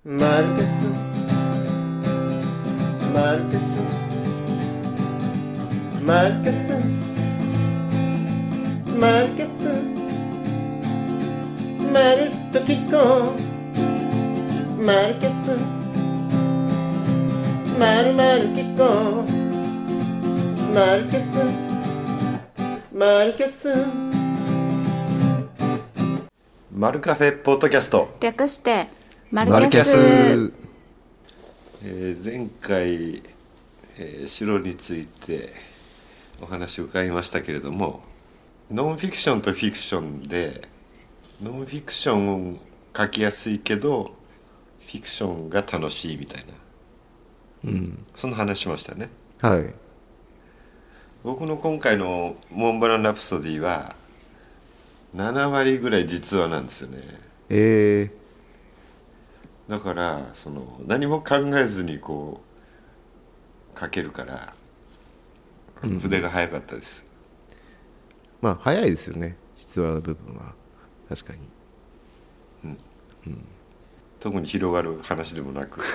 マルケスマルケスマルケスマルケスまるっと聞こうマルケスまるまる聞こうマルケスマルケスマルカフェポッドキャスト、 略してママルケルケス。 ス。 前回、城についてお話を伺いましたけれども、ノンフィクションとフィクションでノンフィクション書きやすいけどフィクションが楽しいみたいな、そんな話しましたね。 はい。 僕の今回のモンブランラプソディは7割ぐらい実話なんですよね。だから何も考えずにこう書けるから筆が早かったです。 まあ早いですよね、実話の部分は。確かに。 特に広がる話でもなく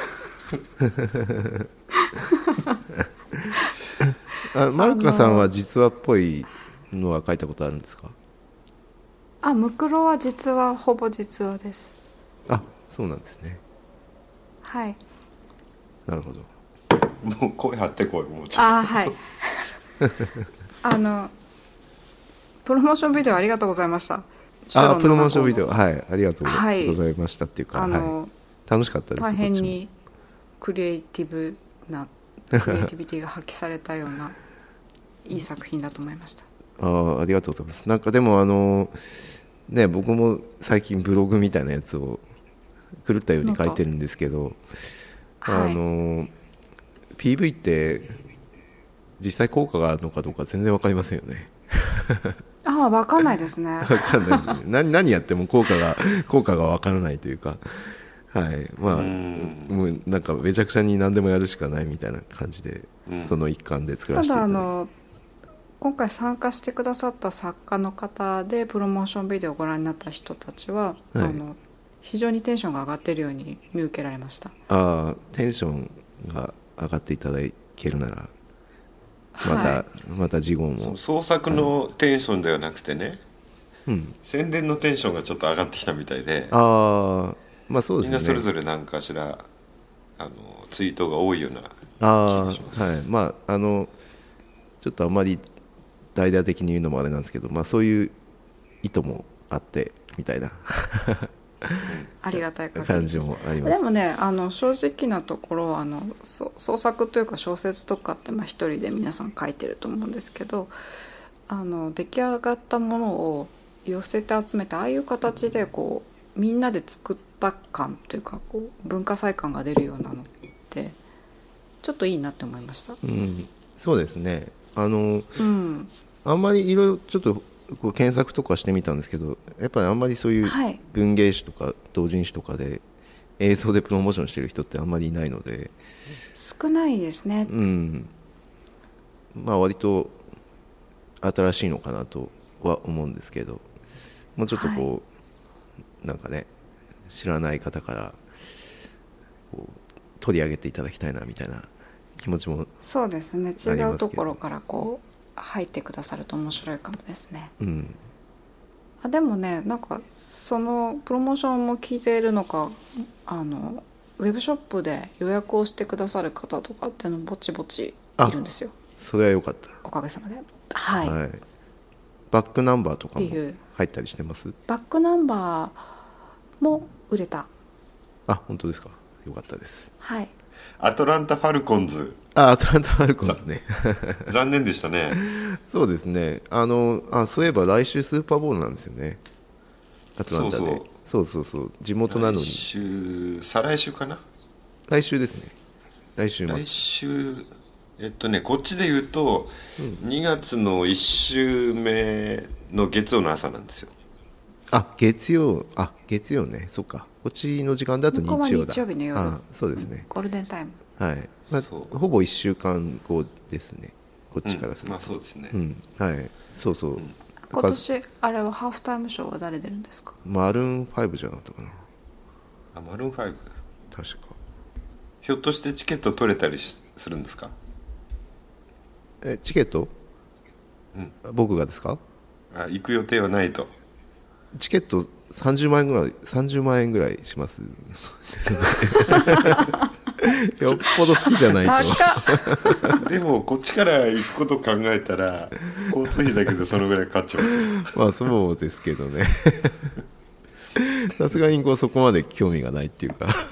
マルカさんは実話っぽいのは書いたことあるんですか？ ムクロは実はほぼ実話です。 あ、そうなんですね。 はい。 なるほど。 もう声張ってこい、もうちょっはいプロモーションビデオありがとうございました。 プロモーションビデオ、はい、ありがとうございましたっていうか、 はい、 楽しかったです。 大変にクリエイティビティが発揮されたようないい作品だと思いました。 ありがとうございます。なんかでもね、僕も最近ブログみたいなやつを狂ったように書いてるんですけど、PV って実際効果があるのかどうか全然わかりませんよね。 わかんないですね。 わかんないですね。何やっても効果がわからないというか、はい、まあもうなんかめちゃくちゃに何でもやるしかないみたいな感じで、その一環で作らせていただいて。 ただ今回参加してくださった作家の方でプロモーションビデオをご覧になった人たちは、非常にテンションが上がっているように見受けられました。 テンションが上がっていただけるならまた次号も創作のテンションではなくてね、宣伝のテンションがちょっと上がってきたみたいで、 まあそうですね、 みんなそれぞれ何かしらツイートが多いような気がします。 はい、まあちょっとあんまり大々的に言うのもあれなんですけど、まあそういう意図もあってみたいなありがたい感じもあります。 でもね、正直なところ創作というか小説とかって一人で皆さん書いてると思うんですけど、出来上がったものを寄せて集めてああいう形でこうみんなで作った感というかこう文化祭感が出るようなのってちょっといいなって思いました。 そうですね。あんまりいろいろちょっとこう検索とかしてみたんですけど、やっぱりあんまりそういう文芸誌とか同人誌とかで映像でプロモーションしてる人ってあんまりいないので、 少ないですね。 まあ割と新しいのかなとは思うんですけど、もうちょっとこう、なんかね、知らない方からこう取り上げていただきたいなみたいな気持ちも。 そうですね、違うところからこう入ってくださると面白いかもですね。でもね、なんかそのプロモーションも聞いているのか、ウェブショップで予約をしてくださる方とかっていうのぼちぼちいるんですよ。 それは良かった。 おかげさまで。 バックナンバーとかも入ったりしてます？ バックナンバーも売れた。 本当ですか。良かったです。 はい。 アトランタ・ファルコンズ。 アトランタ・ファルコンズね。 残念でしたね。 そうですね。そういえば来週スーパーボールなんですよね。アトランタで。そう地元なのに。 再来週かな。 来週ですね。来週こっちで言うと、2月の1週目の月曜の朝なんですよ。 月曜ね。そっか。こっちの時間だと日曜だ。 日曜日の夜。 そうですね。 ゴールデンタイム。 はい。ほぼ1週間後ですね。こっちからすると。 そうですね。 はい。そう。 今年あれはハーフタイムショーは誰出るんですか？ マルーン5じゃなかったかな。 マルーン5。 確か。 ひょっとしてチケット取れたりするんですか？ チケット、僕がですか？ あ、行く予定はないと。 チケット30万円ぐらいしますよっぽど好きじゃないとでもこっちから行くことを考えたら交通費だけでそのぐらいかかっちゃいますよ。 まあそうですけどねさすがにそこまで興味がないっていうか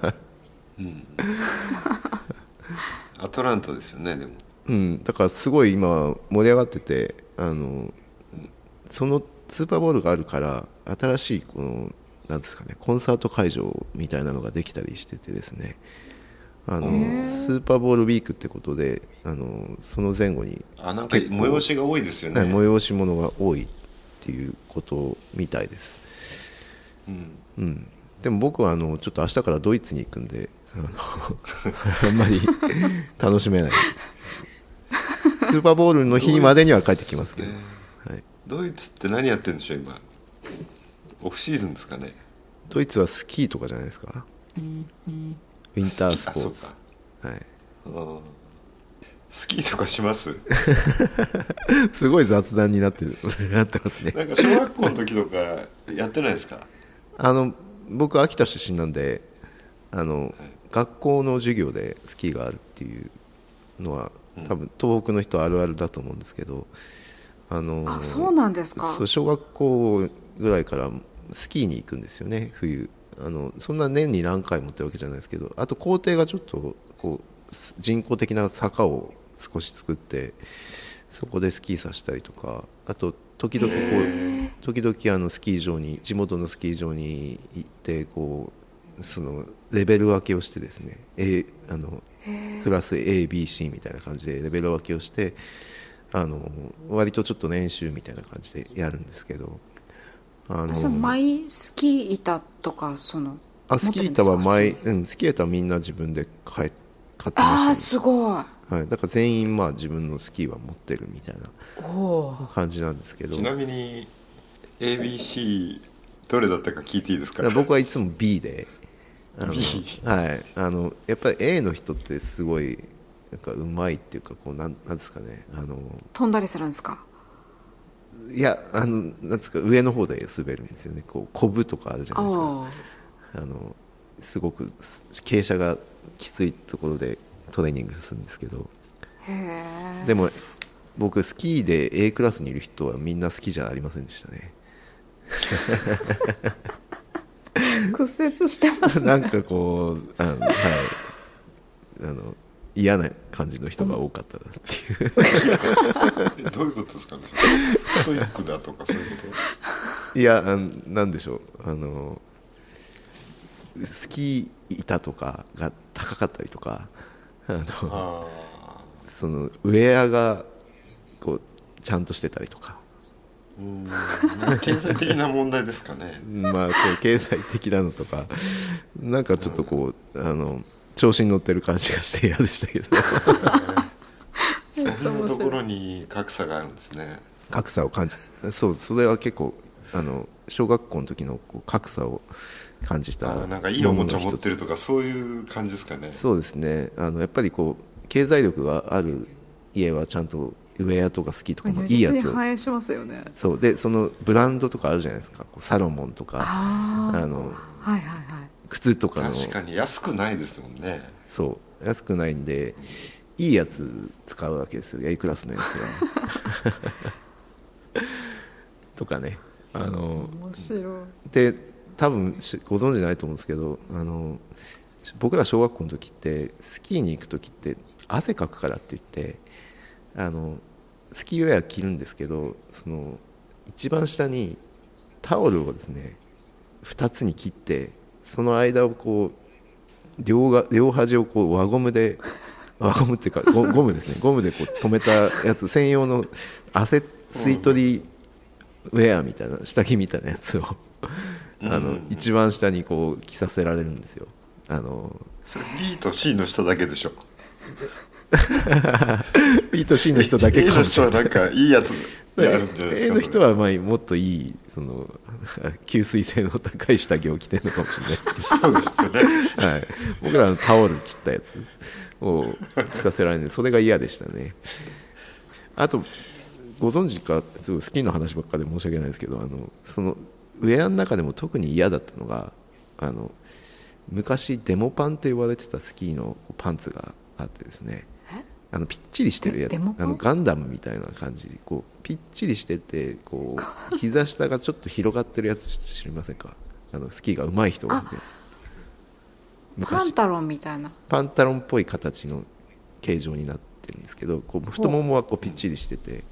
アトランタですよね。でもだからすごい今盛り上がってて、そのスーパーボウルがあるから新しいなんですかね、コンサート会場みたいなのができたりしててですね、スーパーボウルウィークってことでその前後になんか催しが多いですよね。 催し物が多いっていうことみたいです。でも僕はちょっと明日からドイツに行くんであんまり楽しめないスーパーボウルの日までには帰ってきますけど、 ドイツって何やってるんでしょう今。オフシーズンですかね。 ドイツはスキーとかじゃないですか。ウィンタースポーツ。 スキーとかしますすごい雑談になってますね。 なんか小学校の時とかやってないですか？ 僕秋田出身なんで学校の授業でスキーがあるっていうのは多分東北の人あるあるだと思うんですけど、 そうなんですか。 小学校ぐらいからスキーに行くんですよね、冬。そんな年に何回もってわけじゃないですけど、あと校庭がちょっと人工的な坂を少し作ってそこでスキーさせたりとか、あと時々スキー場に、地元のスキー場に行ってそのレベル分けをしてですね、クラス ABC みたいな感じでレベル分けをして割とちょっと練習みたいな感じでやるんですけど、 マイスキー板とかスキー板はスキー板はみんな自分で買ってましたね。 すごい。 だから全員自分のスキーは持ってるみたいな感じなんですけど。 ちなみに ABC どれだったか聞いていいですか？ 僕はいつも B で B やっぱり A の人ってすごいなんかうまいっていうかなんですかね、 飛んだりするんですか？ いやなんですか、上の方で滑るんですよね。コブとかあるじゃないですか。すごく傾斜がきついところでトレーニングするんですけど、でも僕スキーで A クラスにいる人はみんな好きじゃありませんでしたね屈折してますねなんか嫌な感じの人が多かったなっていうどういうことですかね？ストイックだとかそういうこと？ いやなんでしょう、スキー板とかが高かったりとか、そのウェアがちゃんとしてたりとか、 経済的な問題ですかね経済的なのとか、なんかちょっと調子に乗ってる感じがして嫌でしたけどそんなところに格差があるんですね。 格差を感じ、それは結構小学校の時の格差を感じた。 なんかいいおもちゃ持ってるとかそういう感じですかね。 そうですね。やっぱり経済力がある家はちゃんとウェアとかスキーとかもいいやつを反映しますよね。 そうで、そのブランドとかあるじゃないですか。サロモンとか靴とかの。 確かに安くないですもんね。 そう安くないんでいいやつ使うわけですよ、A クラスのやつはとかね。 面白い。 で多分ご存知ないと思うんですけど、僕ら小学校の時ってスキーに行く時って汗かくからって言ってスキーウェア着るんですけど、その一番下にタオルをですね2つに切って、その間を両端を輪ゴムっていうかゴムですね、ゴムで留めたやつ専用の汗吸い取りウェアみたいな、下着みたいなやつを一番下に着させられるんですよ。 それ B と C の下だけでしょ。 B と C の人だけ A かの人はもしれない。 なんかいいやつやるんじゃないです A か。 の人はまあもっといいその吸水性の高い下着を着てるのかもしれないですけそうですよね。 ど、はい、僕らのタオル切ったやつを着させられるんでそれが嫌でしたね。あとご存知かすごいスキーの話ばっかで申し訳ないですけどそのウェアの中でも特に嫌だったのが昔デモパンって言われてたスキーのパンツがあってですね、ぴっちりしてるやつデモパンガンダムみたいな感じでこうぴっちりしててこう膝下がちょっと広がってるやつ知りませんか？スキーが上手い人がいるやつ。 パンタロンみたいな。 パンタロンっぽい形の形状になってるんですけどこう太ももはこうぴっちりしてて、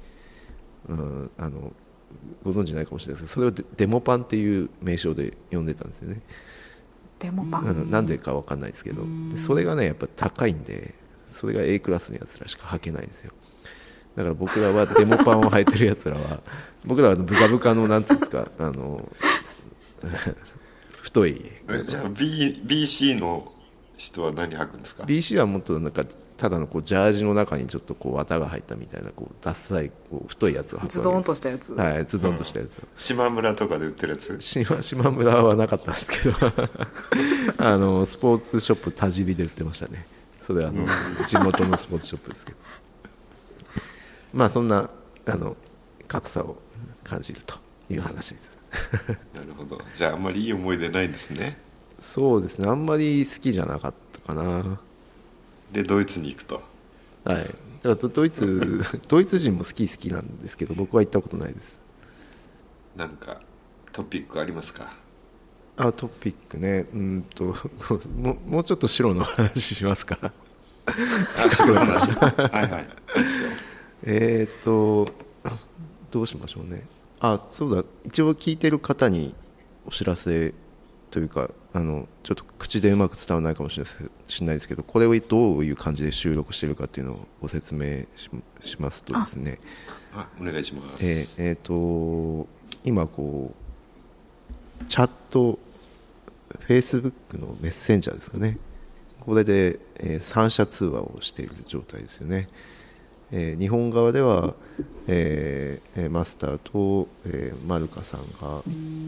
ご存知ないかもしれないですけどそれをデモパンっていう名称で呼んでたんですよね。 デモパン、 なんでか分かんないですけどでそれがねやっぱ高いんでそれが A クラスのやつらしか履けないんですよ。だから僕らはデモパンを履いてるやつらは僕らはブカブカのなんつうんですか太いじゃあ BC の人は何履くんですか？ BC はもっとなんかただのこうジャージの中にちょっとこう綿が入ったみたいなこうダッサいこう太いやつを履くわけです。 ズドンとしたやつ。 はいズドンとしたやつを、 島村とかで売ってるやつ？ 島村はなかったんですけどスポーツショップ田尻で売ってましたね。それは地元のスポーツショップですけどまあそんな格差を感じるという話ですなるほど。じゃああんまりいい思い出ないんですね。 そうですねあんまり好きじゃなかったかな。 でドイツに行くと。 はいだからドイツ人も好きなんですけど僕は行ったことないです。 なんかトピックありますか？ トピックねもうちょっと白の話しますか白の話はいはいどうしましょうね。そうだ一応聞いてる方にお知らせというかちょっと口でうまく伝わらないかもしれないですけどこれをどういう感じで収録しているかっていうのをご説明しますとですねお願いします。 今こうチャットフェイスブックのメッセンジャーですかねこれで、三者通話をしている状態ですよね。日本側では、マスターと、マルカさんが、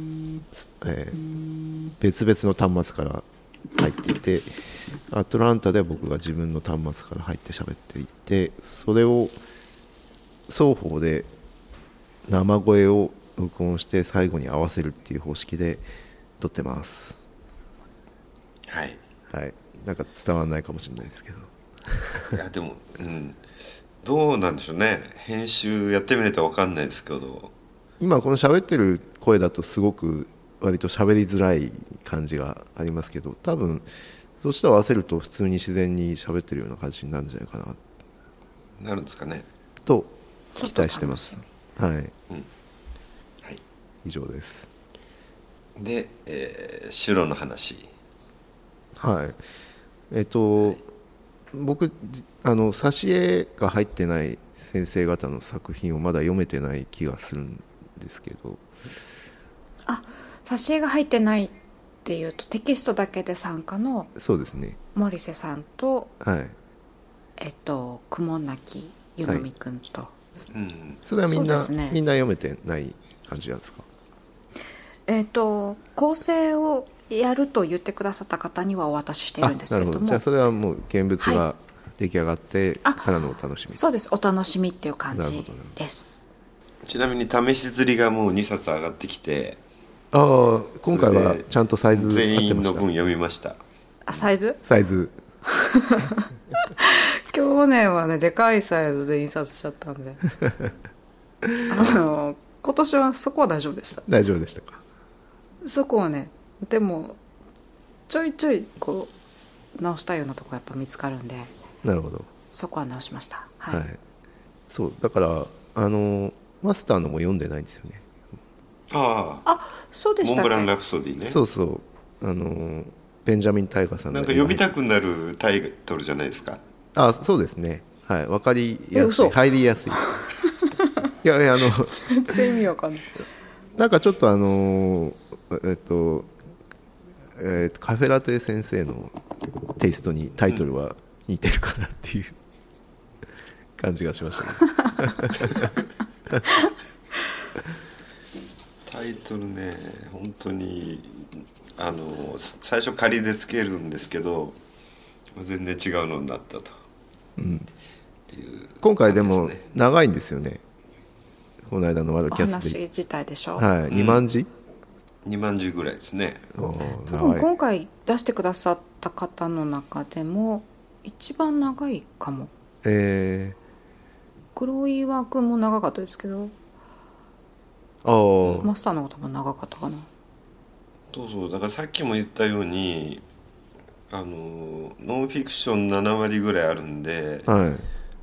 別々の端末から入っていてアトランタでは僕が自分の端末から入って喋っていてそれを双方で生声を録音して最後に合わせるっていう方式で撮ってます。 はい、 はい、なんか伝わらないかもしれないですけどいやでも、どうなんでしょうね。編集やってみないと分かんないですけど今この喋ってる声だとすごく割と喋りづらい感じがありますけど多分そうして合わせると普通に自然に喋ってるような感じになるんじゃないかななるんですかねと期待してます。はい、 はい、 以上です。 で、白の話はい僕挿絵が入ってない先生方の作品をまだ読めてない気がするんですけど挿絵が入ってないっていうとテキストだけで参加のそうですね森瀬さんとはい雲なきゆのみくんと、 それはみんな、 そうですねみんな読めてない感じなんですか？ 構成をやると言ってくださった方にはお渡ししているんですけれどもなるほど。じゃあそれはもう現物が出来上がってからのお楽しみ、 そうですお楽しみっていう感じです。 ちなみに試し刷りがもう2冊上がってきて今回はちゃんとサイズ合全ってました。 員の分読みました。 サイズ去年はねでかいサイズで印刷しちゃったんで今年はそこは大丈夫でした。 大丈夫でしたか？ そこはねでもちょいちょいこう直したいようなとこやっぱ見つかるんでなるほどそこは直しました。 はい、そうだからマスターのも読んでないんですよね。 そうでしたっけ？ モンブラン・ラプソディね。 そうそうベンジャミン・タイガーさんなんか読みたくなるタイトルじゃないですか。 そうですねはい分かりやすい嘘入りやすいいや全然意味わかんないなんかちょっとカフェラテ先生のテイストにタイトルは似てるかなっていう感じがしましたけどタイトルね、本当に最初仮でつけるんですけど全然違うのになったと、 うん、 いう今回でも感じすね。 長いんですよね。この間のワルおキャスで、 話自体でしょ、 はい、2万字、 2万字ぐらいですね。 多長い。 分今回出してくださった方の中でも一番長いかも。黒岩くんも長かったですけど、マスターの方も長かったかな。 そうだからさっきも言ったようにノンフィクション7割ぐらいあるんで、 はい、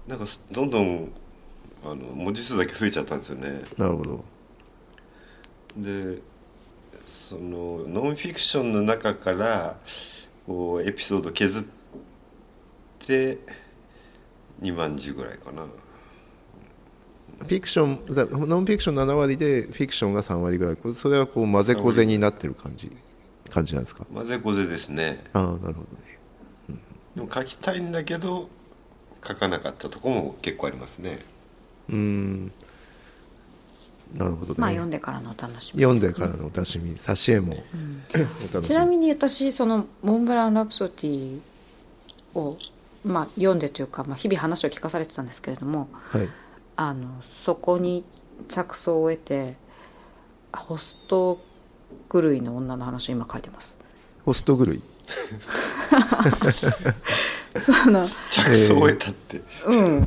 なんかどんどん文字数だけ増えちゃったんですよね。 なるほど。 でそのノンフィクションの中からこうエピソード削って2万字ぐらいかな。 フィクションノンフィクション7割でフィクションが3割ぐらい、それはこう混ぜこぜになってる感じなんですか。 混ぜこぜですね。 ああ、なるほどね。 でも書きたいんだけど書かなかったところも結構ありますね。 なるほどね。 まあ読んでからのお楽しみです、ね、 読んでからのお楽しみ、挿絵も、お楽しみ。 ちなみに私そのモンブラン・ラプソディを、まあ、読んでというか、まあ、日々話を聞かされてたんですけれども、 はい、 そこに着想を得てホスト狂いの女の話を今書いてます。 ホスト狂いその着想を得たって、 うん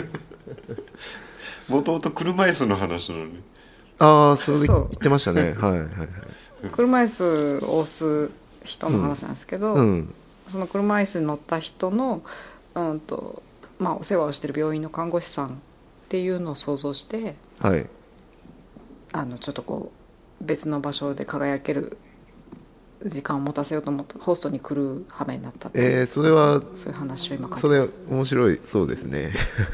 もともと車椅子の話なのに。 ああ、それ言ってましたね。はいはいはい。 車椅子を押す人の話なんですけど、その車椅子に乗った人の、まあ、お世話をしている病院の看護師さんっていうのを想像して、 はい、 ちょっとこう別の場所で輝ける時間を持たせようと思ってホストに来る羽目になったって、 それはそういう話を今書いてます。 それ面白いそうですね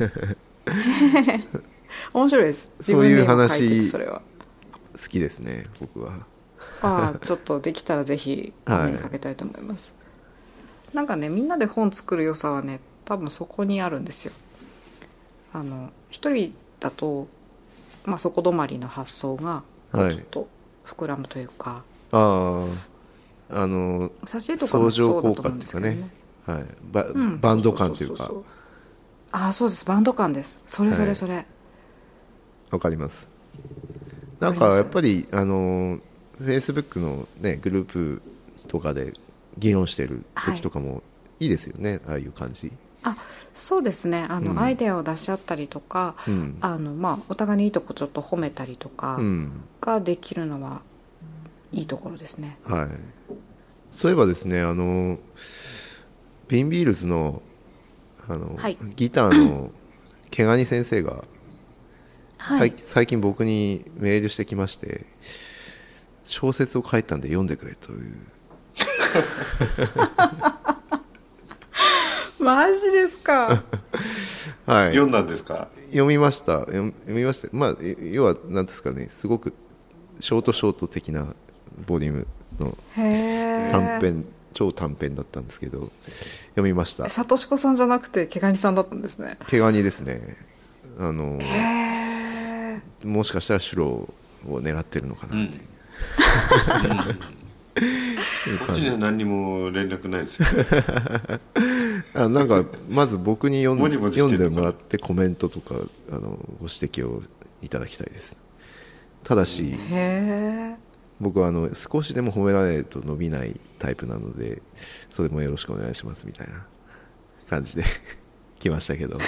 面白いです。 そういう話自分で今書いててそれは好きですね、僕は。 ちょっとできたらぜひお目にかけたいと思います、なんかね、みんなで本作る良さはね、多分そこにあるんですよ。一人だと、まあ、そこ止まりの発想がちょっと膨らむというか、 挿絵とかもそうだと思うんですけどね、はい、バンド感というか、 そうです、バンド感です。それわかります。なんかやっぱりFacebook のねグループとかで議論してる時とかもいいですよね、ああいう感じ。 そうですね、アイデアを出し合ったりとか、まあ、お互いにいいとこちょっと褒めたりとかができるのはいいところですね、 はい。そういえばですね、ビンビールズのギターの毛ガニ先生が、最近僕にメールしてきまして、小説を書いたんで読んでくれというマジですかはい、 読んだんですか。 読みました。まあ要は何ですかね、すごくショート的なボリュームの超短編だったんですけど読みました。 サトシコさんじゃなくて毛ガニさんだったんですね。 毛ガニですね。もしかしたらシュロを狙ってるのかなって、 こっちには何にも連絡ないですよなんかまず僕に読んでもらっってコメントとかご指摘をいただきたいです。ただし僕は少しでも褒められると伸びないタイプなので、それもよろしくお願いしますみたいな感じで来ましたけど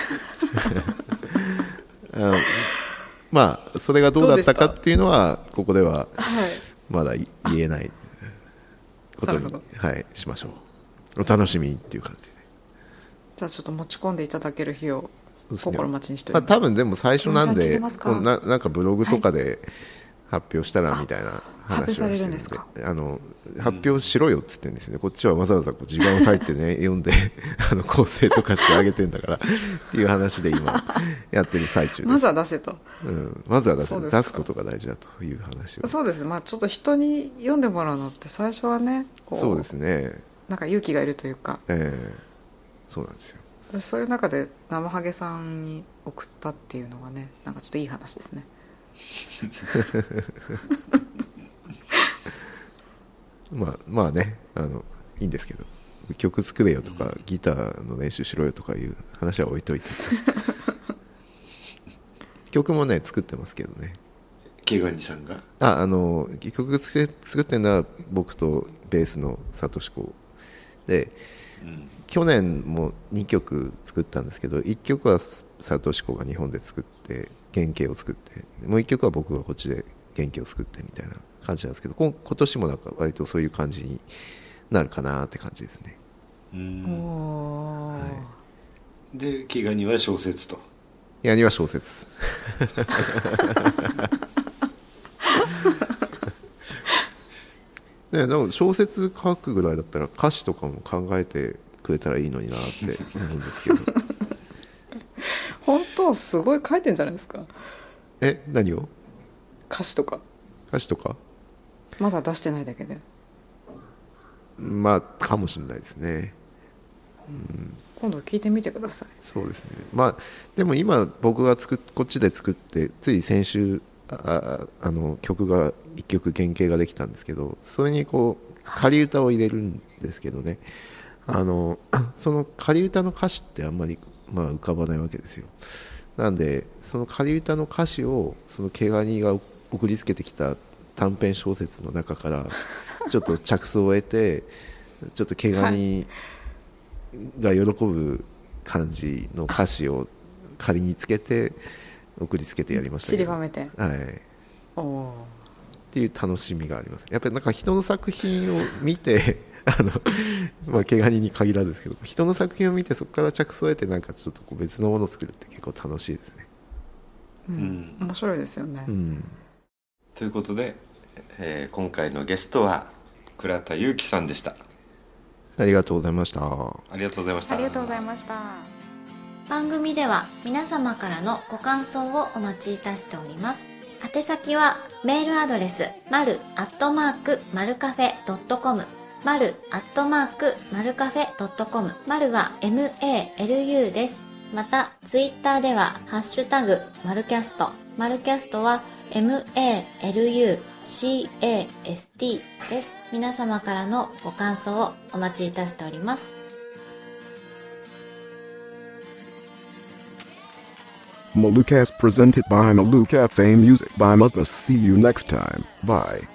まあそれがどうだったかっていうのはここではまだ言えないことに、しましょう。お楽しみっていう感じで。 じゃあちょっと持ち込んでいただける日を心待ちにしております。 多分でも最初なんでなんかブログとかで発表したらみたいな話をしてるんで、発表しろよって言ってるんですよね。こっちはわざわざ時間を割いてね読んで構成とかしてあげてんだからっていう話で今やってる最中です。 まずは出せと、 まずは出すことが大事だという話を。 そうです。まあちょっと人に読んでもらうのって最初はね、 そうですね、 なんか勇気がいるというか、 そうなんですよ。 そういう中で生ハゲさんに送ったっていうのがね、なんかちょっといい話ですね。 まあね、いいんですけど、曲作れよとか、ギターの練習しろよとかいう話は置いといて曲もね作ってますけどね。 毛ガニさんが曲作ってるのは僕とベースのサトシコで、去年も2曲作ったんですけど、1曲はサトシコが日本で作って原型を作って、もう1曲は僕がこっちで原型を作ってみたいな感じなんですけど、今年もなんか割とそういう感じになるかなって感じですね。 おー、 はい、で毛ガニは小説と。 毛ガニは小説ね、でも小説書くぐらいだったら歌詞とかも考えてくれたらいいのになって思うんですけど本当はすごい書いてんじゃないですか。 何を？ 歌詞とかまだ出してないだけで。 まあかもしれないですね、 今度聞いてみてください。 そうですね。まあでも今僕がこっちで作ってつい先週曲が1曲原型ができたんですけど、それにこう仮歌を入れるんですけどね、その仮歌の歌詞ってあんまり、浮かばないわけですよ。なんでその仮歌の歌詞をその毛ガニが送りつけてきた短編小説の中からちょっと着想を得てちょっと毛ガニが喜ぶ感じの歌詞を仮につけて送りつけてやりましたけど、 散りばめて、 はい、っていう楽しみがあります。やっぱりなんか人の作品を見て毛ガニに限らずですけど、人の作品を見てそこから着想を得てなんかちょっとこう別のものを作るって結構楽しいですね。 面白いですよね、 ということで、今回のゲストは倉田裕樹さんでした。 ありがとうございました。 ありがとうございました。 ありがとうございました。 番組では皆様からのご感想をお待ちいたしております。宛先はメールアドレスmaru@marucafe.com maru@marucafe.com maruは MALU です。またツイッターではハッシュタグマルキャストは MALUCAST です。皆様からのご感想をお待ちいたしております。 Malucast presented by Malucafe Music by Musbus. See you next time. Bye.